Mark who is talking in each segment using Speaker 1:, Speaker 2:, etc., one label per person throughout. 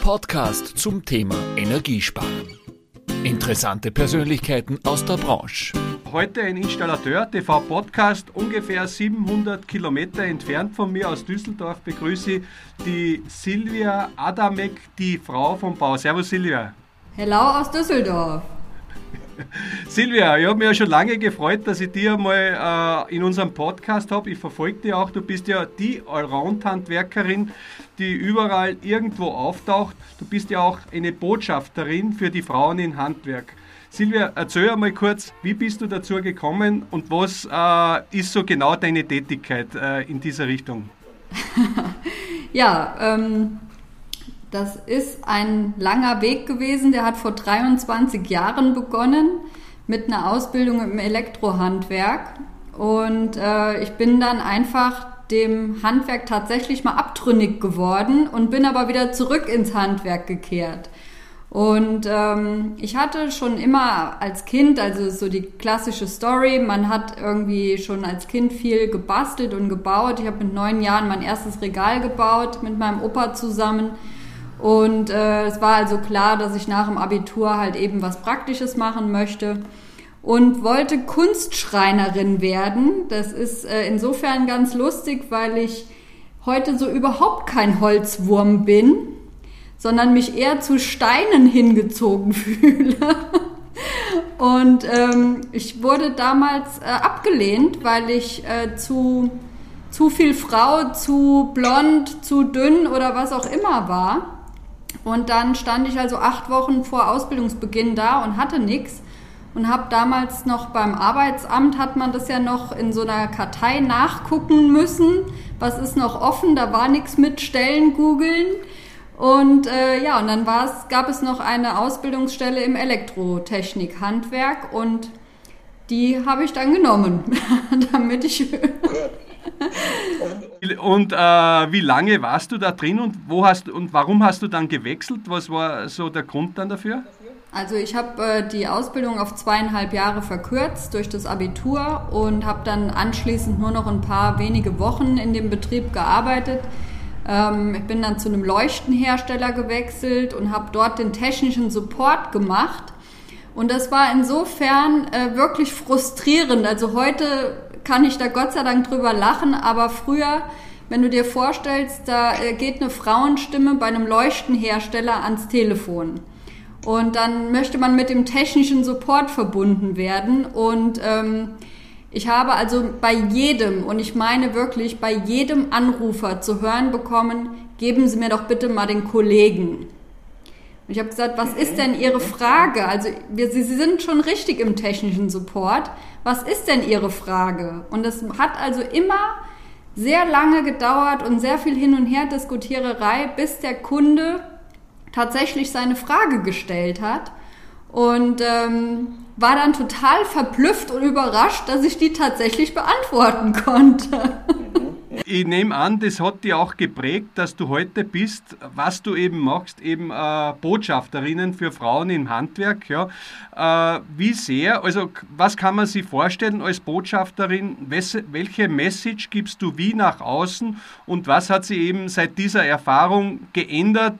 Speaker 1: Podcast zum Thema Energiesparen. Interessante Persönlichkeiten aus der Branche.
Speaker 2: Heute ein Installateur, TV-Podcast, ungefähr 700 Kilometer entfernt von mir aus Düsseldorf, begrüße ich die Silvia Adamek, die Frau vom Bau. Servus Silvia.
Speaker 3: Hello aus Düsseldorf.
Speaker 2: Silvia, ich habe mich ja schon lange gefreut, dass ich dich einmal in unserem Podcast habe. Ich verfolge dich auch. Du bist ja die Allround-Handwerkerin, die überall irgendwo auftaucht. Du bist ja auch eine Botschafterin für die Frauen im Handwerk. Silvia, erzähl einmal kurz, wie bist du dazu gekommen und was ist so genau deine Tätigkeit in dieser Richtung?
Speaker 3: Das ist ein langer Weg gewesen, der hat vor 23 Jahren begonnen mit einer Ausbildung im Elektrohandwerk und ich bin dann einfach dem Handwerk tatsächlich mal abtrünnig geworden und bin aber wieder zurück ins Handwerk gekehrt. Und ich hatte schon immer als Kind, also so die klassische Story, man hat irgendwie schon als Kind viel gebastelt und gebaut. Ich habe mit 9 Jahren mein erstes Regal gebaut mit meinem Opa zusammen. Und es war also klar, dass ich nach dem Abitur halt eben was Praktisches machen möchte und wollte Kunstschreinerin werden. Das ist insofern ganz lustig, weil ich heute so überhaupt kein Holzwurm bin, sondern mich eher zu Steinen hingezogen fühle. Und ich wurde damals abgelehnt, weil ich zu viel Frau, zu blond, zu dünn oder was auch immer war. Und dann stand ich also 8 Wochen vor Ausbildungsbeginn da und hatte nichts und habe damals noch beim Arbeitsamt, hat man das ja noch in so einer Kartei nachgucken müssen, was ist noch offen, da war nichts mit Stellen googeln. Und und dann gab es noch eine Ausbildungsstelle im Elektrotechnik-Handwerk und die habe ich dann genommen, damit ich...
Speaker 2: Und wie lange warst du da drin und warum hast du dann gewechselt? Was war so der Grund dann dafür?
Speaker 3: Also ich habe die Ausbildung auf 2,5 Jahre verkürzt durch das Abitur und habe dann anschließend nur noch ein paar wenige Wochen in dem Betrieb gearbeitet. Ich bin dann zu einem Leuchtenhersteller gewechselt und habe dort den technischen Support gemacht. Und das war insofern wirklich frustrierend. Also heute kann ich da Gott sei Dank drüber lachen, aber früher, wenn du dir vorstellst, da geht eine Frauenstimme bei einem Leuchtenhersteller ans Telefon. Und dann möchte man mit dem technischen Support verbunden werden. Und ich habe also bei jedem, und ich meine wirklich bei jedem Anrufer zu hören bekommen, geben Sie mir doch bitte mal den Kollegen. Und ich habe gesagt, was ist denn Ihre Frage? Also Sie sind schon richtig im technischen Support. Was ist denn Ihre Frage? Und es hat also immer sehr lange gedauert und sehr viel Hin- und Her-Diskutiererei, bis der Kunde tatsächlich seine Frage gestellt hat. Und war dann total verblüfft und überrascht, dass ich die tatsächlich beantworten konnte.
Speaker 2: Ich nehme an, das hat dich auch geprägt, dass du heute bist, was du eben machst, eben Botschafterinnen für Frauen im Handwerk. Ja. Wie sehr, also was kann man sich vorstellen als Botschafterin, welche Message gibst du wie nach außen und was hat sich eben seit dieser Erfahrung geändert?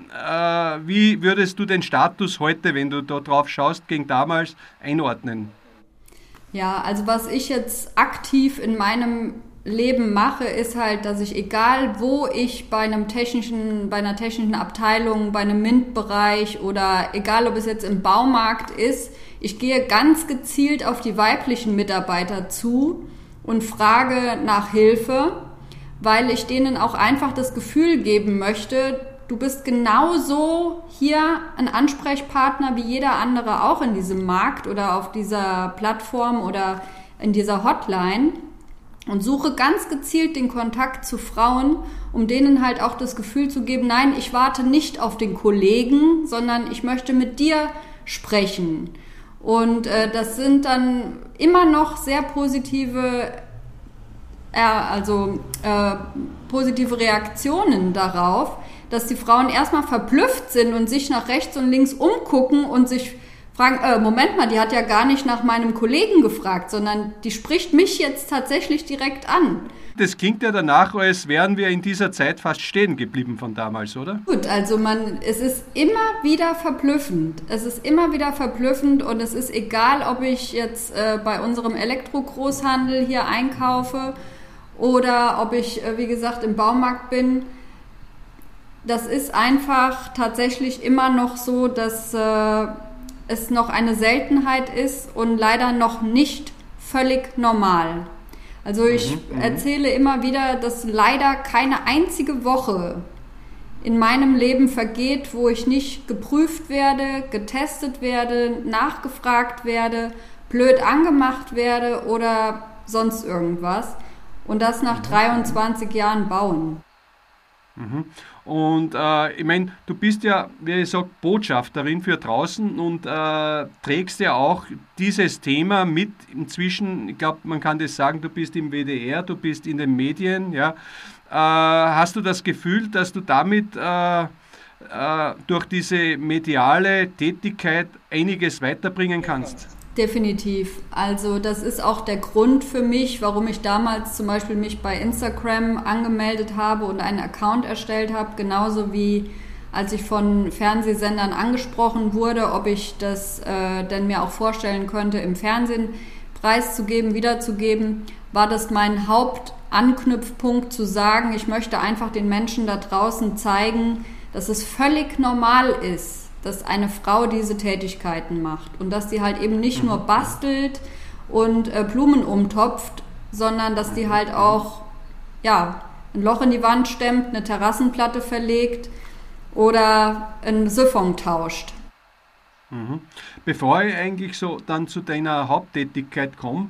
Speaker 2: Wie würdest du den Status heute, wenn du da drauf schaust, gegen damals einordnen?
Speaker 3: Ja, also was ich jetzt aktiv in meinem Leben mache, ist halt, dass ich, egal wo ich bei einer technischen Abteilung, bei einem MINT-Bereich oder egal ob es jetzt im Baumarkt ist, ich gehe ganz gezielt auf die weiblichen Mitarbeiter zu und frage nach Hilfe, weil ich denen auch einfach das Gefühl geben möchte, du bist genauso hier ein Ansprechpartner wie jeder andere auch in diesem Markt oder auf dieser Plattform oder in dieser Hotline. Und suche ganz gezielt den Kontakt zu Frauen, um denen halt auch das Gefühl zu geben, nein, ich warte nicht auf den Kollegen, sondern ich möchte mit dir sprechen. Und das sind dann immer noch sehr positive Reaktionen darauf, dass die Frauen erstmal verblüfft sind und sich nach rechts und links umgucken und sich fragen, Moment mal, die hat ja gar nicht nach meinem Kollegen gefragt, sondern die spricht mich jetzt tatsächlich direkt an.
Speaker 2: Das klingt ja danach, als wären wir in dieser Zeit fast stehen geblieben von damals, oder?
Speaker 3: Gut, also es ist immer wieder verblüffend. Es ist immer wieder verblüffend und es ist egal, ob ich jetzt bei unserem Elektro-Großhandel hier einkaufe oder ob ich, wie gesagt, im Baumarkt bin. Das ist einfach tatsächlich immer noch so, dass es noch eine Seltenheit ist und leider noch nicht völlig normal. Also ich erzähle immer wieder, dass leider keine einzige Woche in meinem Leben vergeht, wo ich nicht geprüft werde, getestet werde, nachgefragt werde, blöd angemacht werde oder sonst irgendwas. Und das nach 23 Jahren Bauen.
Speaker 2: Und ich meine, du bist ja, wie ich sage, Botschafterin für draußen und trägst ja auch dieses Thema mit inzwischen, ich glaube, man kann das sagen, du bist im WDR, du bist in den Medien, ja. Hast du das Gefühl, dass du damit durch diese mediale Tätigkeit einiges weiterbringen kannst?
Speaker 3: Definitiv. Also das ist auch der Grund für mich, warum ich damals zum Beispiel mich bei Instagram angemeldet habe und einen Account erstellt habe, genauso wie als ich von Fernsehsendern angesprochen wurde, ob ich das denn mir auch vorstellen könnte, im Fernsehen preiszugeben, wiederzugeben, war das mein Hauptanknüpfpunkt zu sagen, ich möchte einfach den Menschen da draußen zeigen, dass es völlig normal ist, dass eine Frau diese Tätigkeiten macht und dass die halt eben nicht nur bastelt und Blumen umtopft, sondern dass die halt auch ein Loch in die Wand stemmt, eine Terrassenplatte verlegt oder einen Siphon tauscht.
Speaker 2: Bevor ich eigentlich so dann zu deiner Haupttätigkeit komme,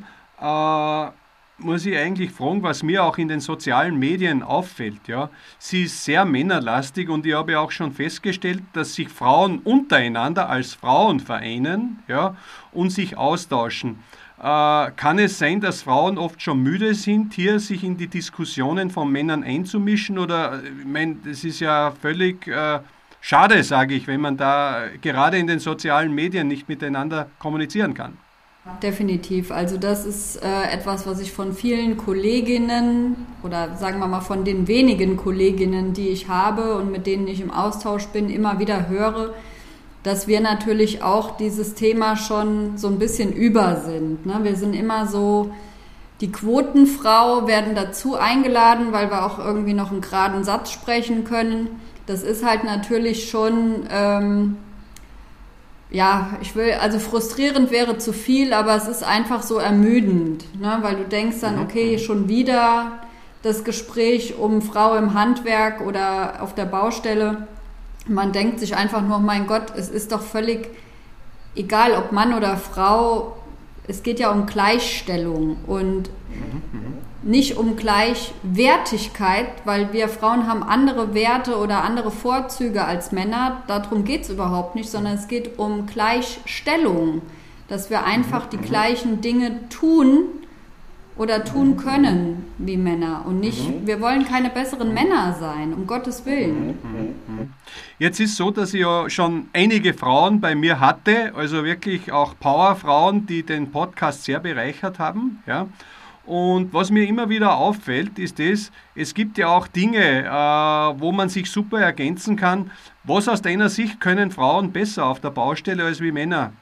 Speaker 2: muss ich eigentlich fragen, was mir auch in den sozialen Medien auffällt. Ja. Sie ist sehr männerlastig und ich habe ja auch schon festgestellt, dass sich Frauen untereinander als Frauen vereinen, ja, und sich austauschen. Kann es sein, dass Frauen oft schon müde sind, hier sich in die Diskussionen von Männern einzumischen? Oder, ich meine, das ist ja völlig schade, sage ich, wenn man da gerade in den sozialen Medien nicht miteinander kommunizieren kann.
Speaker 3: Definitiv. Also das ist etwas, was ich von vielen Kolleginnen oder sagen wir mal von den wenigen Kolleginnen, die ich habe und mit denen ich im Austausch bin, immer wieder höre, dass wir natürlich auch dieses Thema schon so ein bisschen über sind. Ne? Wir sind immer so, die Quotenfrau werden dazu eingeladen, weil wir auch irgendwie noch einen geraden Satz sprechen können. Das ist halt natürlich schon... frustrierend wäre zu viel, aber es ist einfach so ermüdend, ne? Weil du denkst dann, okay, schon wieder das Gespräch um Frau im Handwerk oder auf der Baustelle. Man denkt sich einfach nur, mein Gott, es ist doch völlig egal, ob Mann oder Frau, es geht ja um Gleichstellung und nicht um Gleichwertigkeit, weil wir Frauen haben andere Werte oder andere Vorzüge als Männer. Darum geht es überhaupt nicht, sondern es geht um Gleichstellung, dass wir einfach die gleichen Dinge tun oder tun können wie Männer und nicht, wir wollen keine besseren Männer sein, um Gottes Willen.
Speaker 2: Jetzt ist so, dass ich ja schon einige Frauen bei mir hatte, also wirklich auch Powerfrauen, die den Podcast sehr bereichert haben, ja. Und was mir immer wieder auffällt, ist es gibt ja auch Dinge, wo man sich super ergänzen kann. Was aus deiner Sicht können Frauen besser auf der Baustelle als wie Männer?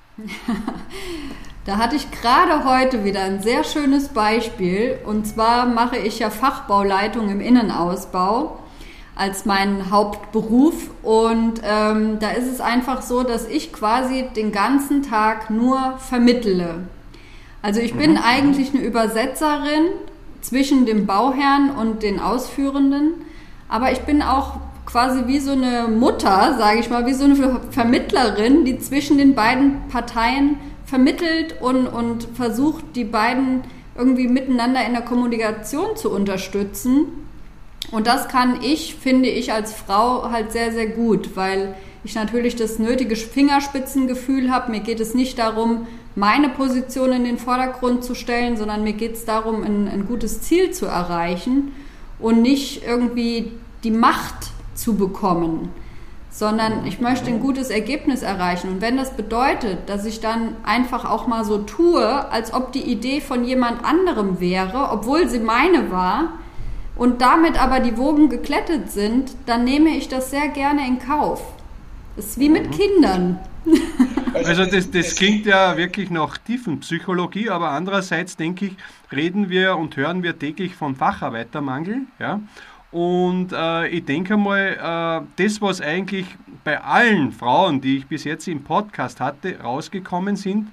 Speaker 3: Da hatte ich gerade heute wieder ein sehr schönes Beispiel. Und zwar mache ich ja Fachbauleitung im Innenausbau als meinen Hauptberuf. Und da ist es einfach so, dass ich quasi den ganzen Tag nur vermittle. Also ich bin eigentlich eine Übersetzerin zwischen dem Bauherrn und den Ausführenden, aber ich bin auch quasi wie so eine Mutter, sage ich mal, wie so eine Vermittlerin, die zwischen den beiden Parteien vermittelt und versucht, die beiden irgendwie miteinander in der Kommunikation zu unterstützen. Und das kann ich, finde ich, als Frau halt sehr, sehr gut, weil ich natürlich das nötige Fingerspitzengefühl habe. Mir geht es nicht darum, meine Position in den Vordergrund zu stellen, sondern mir geht es darum, ein gutes Ziel zu erreichen und nicht irgendwie die Macht zu bekommen, sondern ich möchte ein gutes Ergebnis erreichen. Und wenn das bedeutet, dass ich dann einfach auch mal so tue, als ob die Idee von jemand anderem wäre, obwohl sie meine war, und damit aber die Wogen geglättet sind, dann nehme ich das sehr gerne in Kauf. Das ist wie mit Kindern.
Speaker 2: Also das klingt ja wirklich nach Tiefenpsychologie, aber andererseits denke ich, reden wir und hören wir täglich von Facharbeitermangel. Ja? Und ich denke mal, das, was eigentlich bei allen Frauen, die ich bis jetzt im Podcast hatte, rausgekommen sind,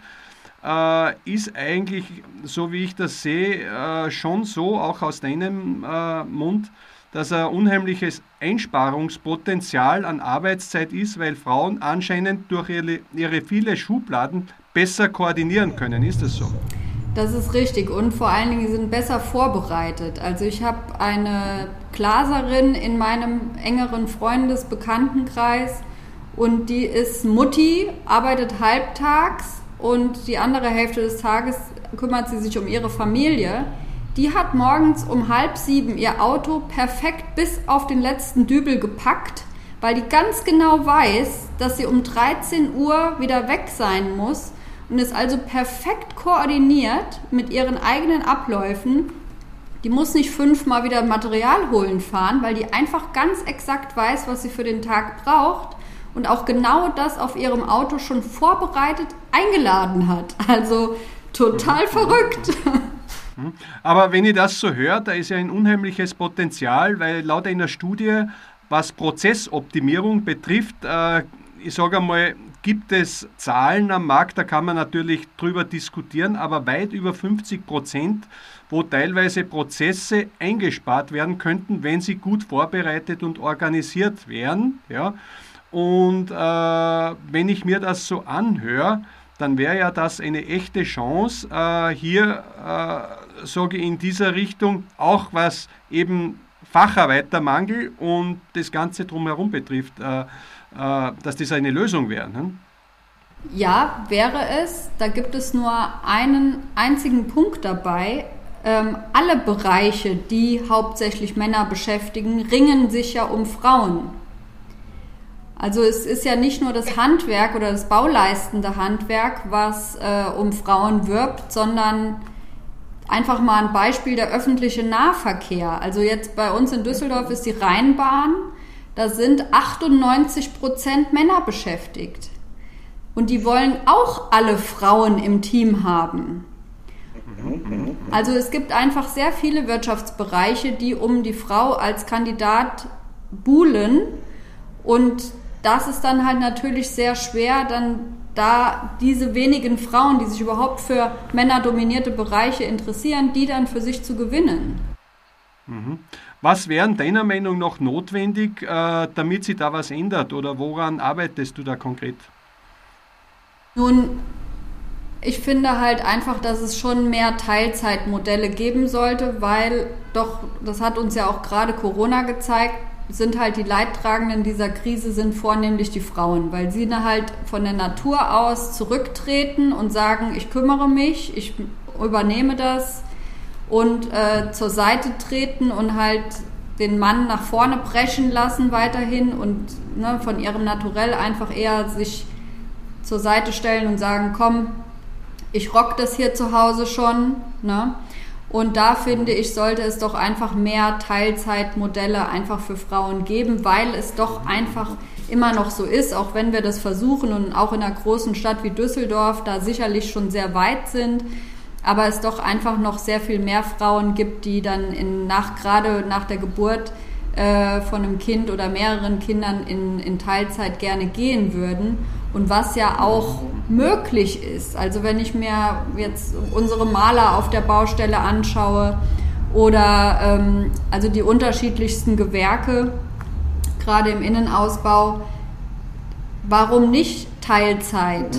Speaker 2: ist eigentlich, so wie ich das sehe, schon so, auch aus deinem Mund, dass ein unheimliches Einsparungspotenzial an Arbeitszeit ist, weil Frauen anscheinend durch ihre viele Schubladen besser koordinieren können. Ist das so?
Speaker 3: Das ist richtig und vor allen Dingen sind besser vorbereitet. Also ich habe eine Glaserin in meinem engeren Freundesbekanntenkreis und die ist Mutti, arbeitet halbtags und die andere Hälfte des Tages kümmert sie sich um ihre Familie. Die hat morgens um 6:30 ihr Auto perfekt bis auf den letzten Dübel gepackt, weil die ganz genau weiß, dass sie um 13 Uhr wieder weg sein muss und ist also perfekt koordiniert mit ihren eigenen Abläufen. Die muss nicht 5-mal wieder Material holen fahren, weil die einfach ganz exakt weiß, was sie für den Tag braucht und auch genau das auf ihrem Auto schon vorbereitet eingeladen hat. Also total verrückt.
Speaker 2: Aber wenn ich das so höre, da ist ja ein unheimliches Potenzial, weil laut einer Studie, was Prozessoptimierung betrifft, ich sage einmal, gibt es Zahlen am Markt, da kann man natürlich drüber diskutieren, aber weit über 50%, wo teilweise Prozesse eingespart werden könnten, wenn sie gut vorbereitet und organisiert wären. Ja? Und wenn ich mir das so anhöre, dann wäre ja das eine echte Chance, hier, sage ich, in dieser Richtung, auch was eben Facharbeitermangel und das Ganze drumherum betrifft, dass das eine Lösung wäre. Ne?
Speaker 3: Ja, wäre es. Da gibt es nur einen einzigen Punkt dabei. Alle Bereiche, die hauptsächlich Männer beschäftigen, ringen sich ja um Frauen. Also es ist ja nicht nur das Handwerk oder das bauleistende Handwerk, was um Frauen wirbt, sondern einfach mal ein Beispiel, der öffentliche Nahverkehr. Also jetzt bei uns in Düsseldorf ist die Rheinbahn, da sind 98% Männer beschäftigt. Und die wollen auch alle Frauen im Team haben. Also es gibt einfach sehr viele Wirtschaftsbereiche, die um die Frau als Kandidat buhlen und das ist dann halt natürlich sehr schwer, dann da diese wenigen Frauen, die sich überhaupt für männerdominierte Bereiche interessieren, die dann für sich zu gewinnen.
Speaker 2: Was wäre deiner Meinung nach notwendig, damit sich da was ändert oder woran arbeitest du da konkret?
Speaker 3: Nun, ich finde halt einfach, dass es schon mehr Teilzeitmodelle geben sollte, weil doch, das hat uns ja auch gerade Corona gezeigt, sind halt die Leidtragenden dieser Krise sind vornehmlich die Frauen, weil sie halt von der Natur aus zurücktreten und sagen, ich kümmere mich, ich übernehme das und zur Seite treten und halt den Mann nach vorne preschen lassen weiterhin und von ihrem Naturell einfach eher sich zur Seite stellen und sagen, komm, ich rock das hier zu Hause schon, ne? Und da finde ich, sollte es doch einfach mehr Teilzeitmodelle einfach für Frauen geben, weil es doch einfach immer noch so ist, auch wenn wir das versuchen und auch in einer großen Stadt wie Düsseldorf da sicherlich schon sehr weit sind, aber es doch einfach noch sehr viel mehr Frauen gibt, die dann gerade nach der Geburt von einem Kind oder mehreren Kindern in Teilzeit gerne gehen würden. Und was ja auch möglich ist. Also wenn ich mir jetzt unsere Maler auf der Baustelle anschaue oder also die unterschiedlichsten Gewerke, gerade im Innenausbau, warum nicht Teilzeit?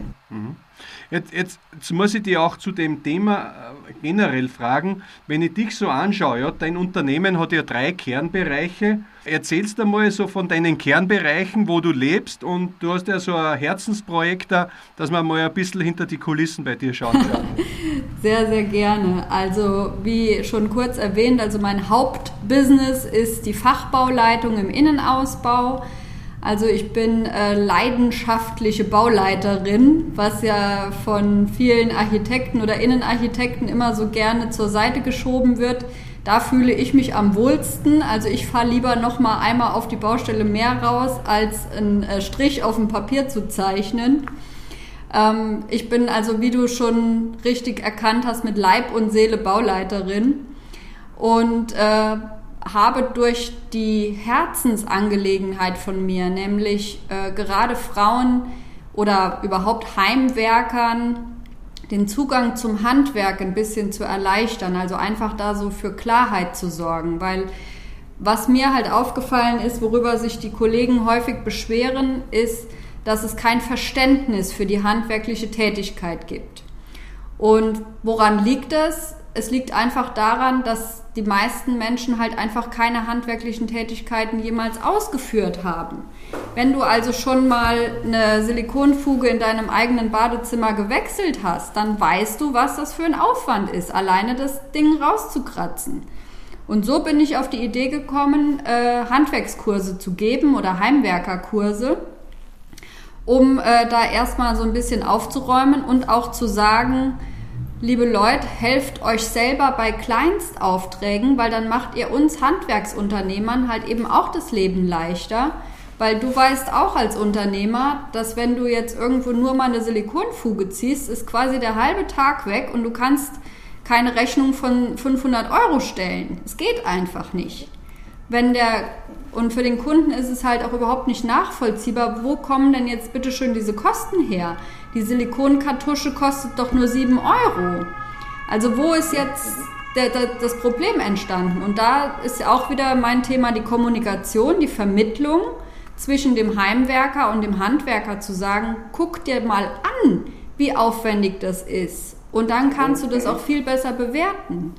Speaker 2: Jetzt muss ich dich auch zu dem Thema generell fragen, wenn ich dich so anschaue, ja, dein Unternehmen hat ja 3 Kernbereiche. Erzählst du mal so von deinen Kernbereichen, wo du lebst und du hast ja so ein Herzensprojekt da, dass man mal ein bisschen hinter die Kulissen bei dir schauen kann.
Speaker 3: Sehr, sehr gerne. Also wie schon kurz erwähnt, also mein Hauptbusiness ist die Fachbauleitung im Innenausbau. Also ich bin leidenschaftliche Bauleiterin, was ja von vielen Architekten oder Innenarchitekten immer so gerne zur Seite geschoben wird. Da fühle ich mich am wohlsten. Also ich fahre lieber noch mal einmal auf die Baustelle mehr raus, als einen Strich auf dem Papier zu zeichnen. Ich bin also, wie du schon richtig erkannt hast, mit Leib und Seele Bauleiterin und habe durch die Herzensangelegenheit von mir, nämlich gerade Frauen oder überhaupt Heimwerkern, den Zugang zum Handwerk ein bisschen zu erleichtern, also einfach da so für Klarheit zu sorgen, weil was mir halt aufgefallen ist, worüber sich die Kollegen häufig beschweren, ist, dass es kein Verständnis für die handwerkliche Tätigkeit gibt. Und woran liegt das? Es liegt einfach daran, dass die meisten Menschen halt einfach keine handwerklichen Tätigkeiten jemals ausgeführt haben. Wenn du also schon mal eine Silikonfuge in deinem eigenen Badezimmer gewechselt hast, dann weißt du, was das für ein Aufwand ist, alleine das Ding rauszukratzen. Und so bin ich auf die Idee gekommen, Handwerkskurse zu geben oder Heimwerkerkurse, um da erstmal so ein bisschen aufzuräumen und auch zu sagen, liebe Leute, helft euch selber bei Kleinstaufträgen, weil dann macht ihr uns Handwerksunternehmern halt eben auch das Leben leichter, weil du weißt auch als Unternehmer, dass wenn du jetzt irgendwo nur mal eine Silikonfuge ziehst, ist quasi der halbe Tag weg und du kannst keine Rechnung von 500 € stellen. Es geht einfach nicht. Und für den Kunden ist es halt auch überhaupt nicht nachvollziehbar, wo kommen denn jetzt bitte schön diese Kosten her? Die Silikonkartusche kostet doch nur 7 €. Also wo ist jetzt das Problem entstanden? Und da ist auch wieder mein Thema die Kommunikation, die Vermittlung zwischen dem Heimwerker und dem Handwerker zu sagen, guck dir mal an, wie aufwendig das ist. Und dann kannst du das auch viel besser bewerten.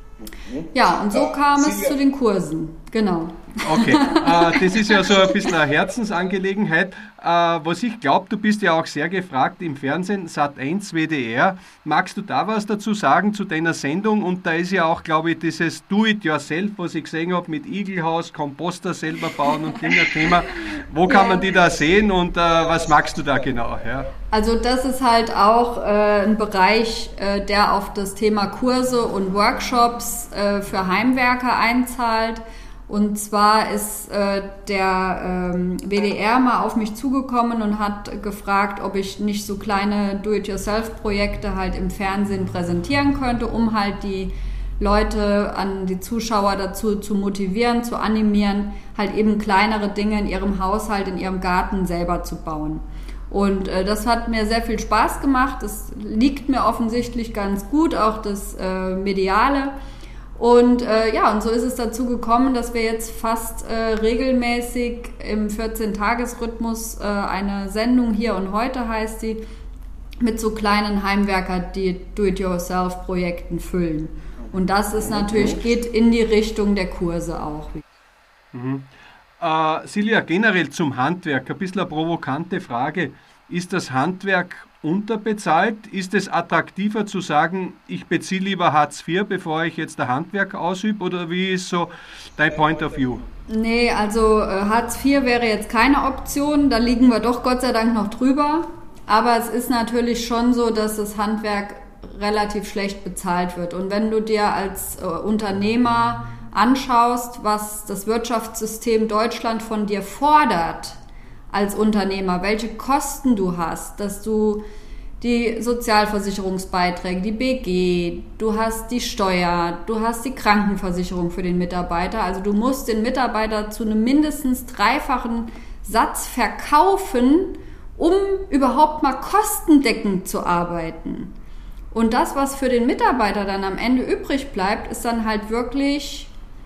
Speaker 3: Ja, und so kam es zu den Kursen, genau.
Speaker 2: Okay, das ist ja so ein bisschen eine Herzensangelegenheit. Was ich glaube, du bist ja auch sehr gefragt im Fernsehen, Sat.1, WDR. Magst du da was dazu sagen zu deiner Sendung? Und da ist ja auch, glaube ich, dieses Do-it-yourself, was ich gesehen habe, mit Igelhaus, Komposter selber bauen und Thema. Wo kann man die da sehen und was magst du da genau? Ja.
Speaker 3: Also das ist halt auch ein Bereich, der auf das Thema Kurse und Workshops für Heimwerker einzahlt. Und zwar ist der WDR mal auf mich zugekommen und hat gefragt, ob ich nicht so kleine Do-it-yourself-Projekte halt im Fernsehen präsentieren könnte, um halt die Leute, die Zuschauer dazu zu motivieren, zu animieren, halt eben kleinere Dinge in ihrem Haushalt, in ihrem Garten selber zu bauen. Und das hat mir sehr viel Spaß gemacht. Das liegt mir offensichtlich ganz gut, auch das Mediale. Und und so ist es dazu gekommen, dass wir jetzt fast regelmäßig im 14-Tages-Rhythmus eine Sendung Hier und Heute heißt die, mit so kleinen Heimwerker, die Do-it-yourself-Projekten füllen. Und das ist natürlich, geht in die Richtung der Kurse auch.
Speaker 2: Mhm. Silja, generell zum Handwerk, ein bisschen eine provokante Frage. Ist das Handwerk unterbezahlt? Ist es attraktiver zu sagen, ich beziehe lieber Hartz IV, bevor ich jetzt ein Handwerk ausübe? Oder wie ist so dein Point of view?
Speaker 3: Nee, also Hartz IV wäre jetzt keine Option. Da liegen wir doch Gott sei Dank noch drüber. Aber es ist natürlich schon so, dass das Handwerk relativ schlecht bezahlt wird. Und wenn du dir als Unternehmer anschaust, was das Wirtschaftssystem Deutschland von dir fordert als Unternehmer, welche Kosten du hast, dass du die Sozialversicherungsbeiträge, die BG, du hast die Steuer, du hast die Krankenversicherung für den Mitarbeiter, also du musst den Mitarbeiter zu einem mindestens 3-fachen Satz verkaufen, um überhaupt mal kostendeckend zu arbeiten. Und das, was für den Mitarbeiter dann am Ende übrig bleibt, ist dann halt wirklich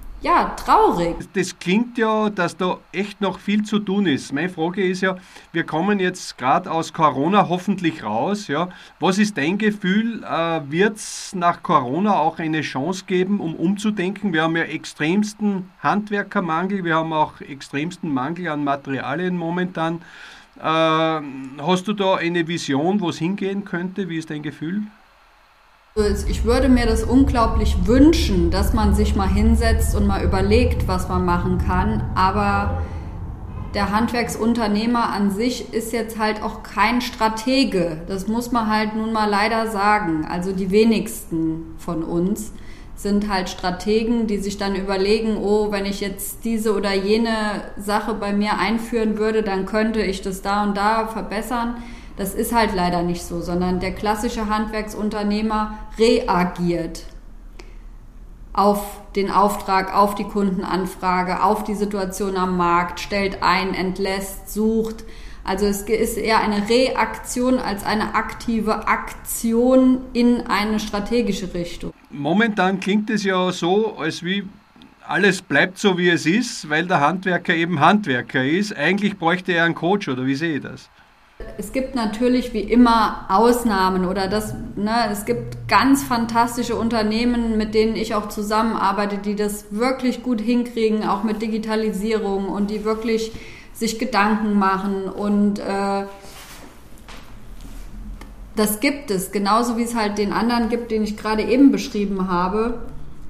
Speaker 3: traurig.
Speaker 2: Das klingt ja, dass da echt noch viel zu tun ist. Meine Frage ist ja, wir kommen jetzt gerade aus Corona hoffentlich raus. Ja. Was ist dein Gefühl? Wird es nach Corona auch eine Chance geben, um umzudenken? Wir haben ja extremsten Handwerkermangel, wir haben auch extremsten Mangel an Materialien momentan. Hast du da eine Vision, wo es hingehen könnte? Wie ist dein Gefühl?
Speaker 3: Ich würde mir das unglaublich wünschen, dass man sich mal hinsetzt und mal überlegt, was man machen kann. Aber der Handwerksunternehmer an sich ist jetzt halt auch kein Stratege. Das muss man halt nun mal leider sagen. Also die wenigsten von uns sind halt Strategen, die sich dann überlegen, oh, wenn ich jetzt diese oder jene Sache bei mir einführen würde, dann könnte ich das da und da verbessern. Das ist halt leider nicht so, sondern der klassische Handwerksunternehmer reagiert auf den Auftrag, auf die Kundenanfrage, auf die Situation am Markt, stellt ein, entlässt, sucht. Also es ist eher eine Reaktion als eine aktive Aktion in eine strategische Richtung.
Speaker 2: Momentan klingt es ja so, als wie alles bleibt so, wie es ist, weil der Handwerker eben Handwerker ist. Eigentlich bräuchte er einen Coach, oder wie sehe ich das?
Speaker 3: Es gibt natürlich wie immer Ausnahmen es gibt ganz fantastische Unternehmen, mit denen ich auch zusammenarbeite, die das wirklich gut hinkriegen, auch mit Digitalisierung und die wirklich sich Gedanken machen und das gibt es, genauso wie es halt den anderen gibt, den ich gerade eben beschrieben habe.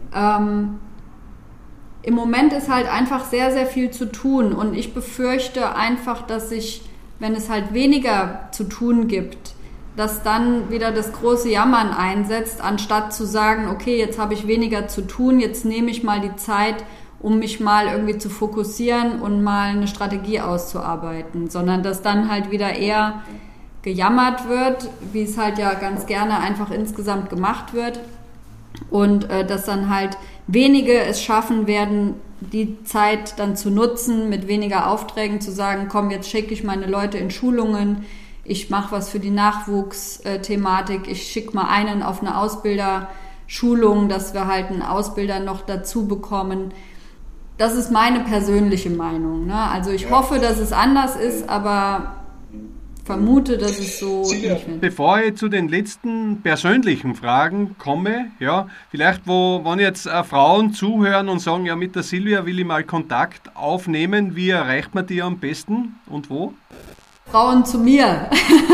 Speaker 3: Im Moment ist halt einfach sehr, sehr viel zu tun und ich befürchte einfach, dass sich, wenn es halt weniger zu tun gibt, dass dann wieder das große Jammern einsetzt, anstatt zu sagen, okay, jetzt habe ich weniger zu tun, jetzt nehme ich mal die Zeit, um mich mal irgendwie zu fokussieren und mal eine Strategie auszuarbeiten, sondern dass dann halt wieder eher gejammert wird, wie es halt ja ganz gerne einfach insgesamt gemacht wird und dass dann halt wenige es schaffen werden, die Zeit dann zu nutzen, mit weniger Aufträgen zu sagen, komm, jetzt schicke ich meine Leute in Schulungen, ich mache was für die Nachwuchsthematik, ich schicke mal einen auf eine Ausbilderschulung, dass wir halt einen Ausbilder noch dazu bekommen. Das ist meine persönliche Meinung. Ne? Also ich hoffe, dass es anders ist, aber vermute, dass es so nicht wird.
Speaker 2: Bevor ich zu den letzten persönlichen Fragen komme, ja, vielleicht, wenn jetzt Frauen zuhören und sagen, ja, mit der Silvia will ich mal Kontakt aufnehmen, wie erreicht man die am besten und wo?
Speaker 3: Frauen zu mir.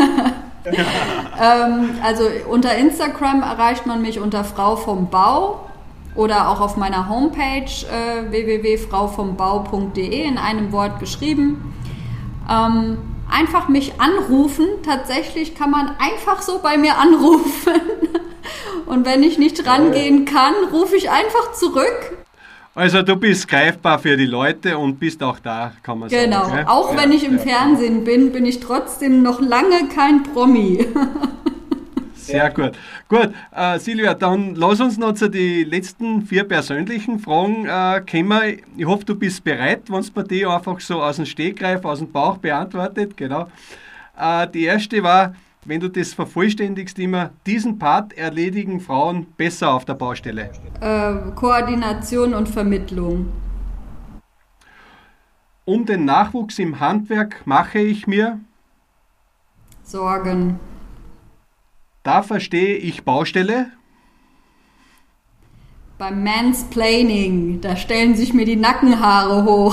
Speaker 3: Also unter Instagram erreicht man mich unter Frau vom Bau oder auch auf meiner Homepage www.frauvomBau.de in einem Wort geschrieben. Einfach mich anrufen. Tatsächlich kann man einfach so bei mir anrufen. Und wenn ich nicht rangehen kann, rufe ich einfach zurück.
Speaker 2: Also du bist greifbar für die Leute und bist auch da, kann man sagen.
Speaker 3: Genau. Auch wenn ich im Fernsehen bin, bin ich trotzdem noch lange kein Promi.
Speaker 2: Sehr gut. Gut, Silvia, dann lass uns noch zu den letzten 4 persönlichen Fragen kommen. Ich hoffe, du bist bereit, wenn es bei dir einfach so aus dem Stegreif, aus dem Bauch beantwortet. Genau. Die erste war, wenn du das vervollständigst, immer, diesen Part erledigen Frauen besser auf der Baustelle.
Speaker 3: Koordination und Vermittlung.
Speaker 2: Um den Nachwuchs im Handwerk mache ich mir
Speaker 3: Sorgen.
Speaker 2: Da verstehe ich Baustelle.
Speaker 3: Beim Mansplaining, da stellen sich mir die Nackenhaare hoch.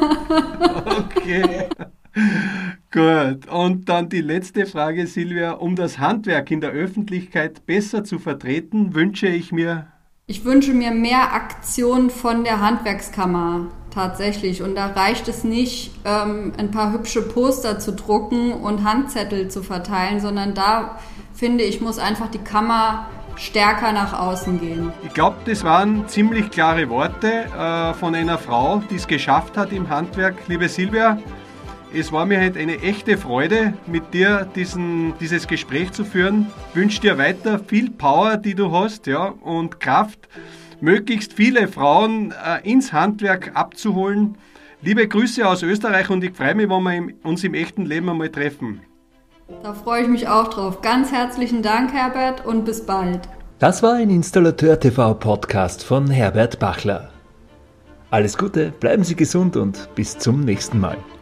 Speaker 2: Okay. Gut. Und dann die letzte Frage, Silvia. Um das Handwerk in der Öffentlichkeit besser zu vertreten, wünsche ich mir...
Speaker 3: Ich wünsche mir mehr Aktion von der Handwerkskammer, tatsächlich. Und da reicht es nicht, ein paar hübsche Poster zu drucken und Handzettel zu verteilen, sondern da, finde ich, muss einfach die Kammer stärker nach außen gehen.
Speaker 2: Ich glaube, das waren ziemlich klare Worte von einer Frau, die es geschafft hat im Handwerk. Liebe Silvia, es war mir heute eine echte Freude, mit dir dieses Gespräch zu führen. Ich wünsche dir weiter viel Power, die du hast, ja, und Kraft, möglichst viele Frauen ins Handwerk abzuholen. Liebe Grüße aus Österreich und ich freue mich, wenn wir uns im echten Leben einmal treffen.
Speaker 3: Da freue ich mich auch drauf. Ganz herzlichen Dank, Herbert, und bis bald.
Speaker 1: Das war ein Installateur-TV-Podcast von Herbert Bachler. Alles Gute, bleiben Sie gesund und bis zum nächsten Mal.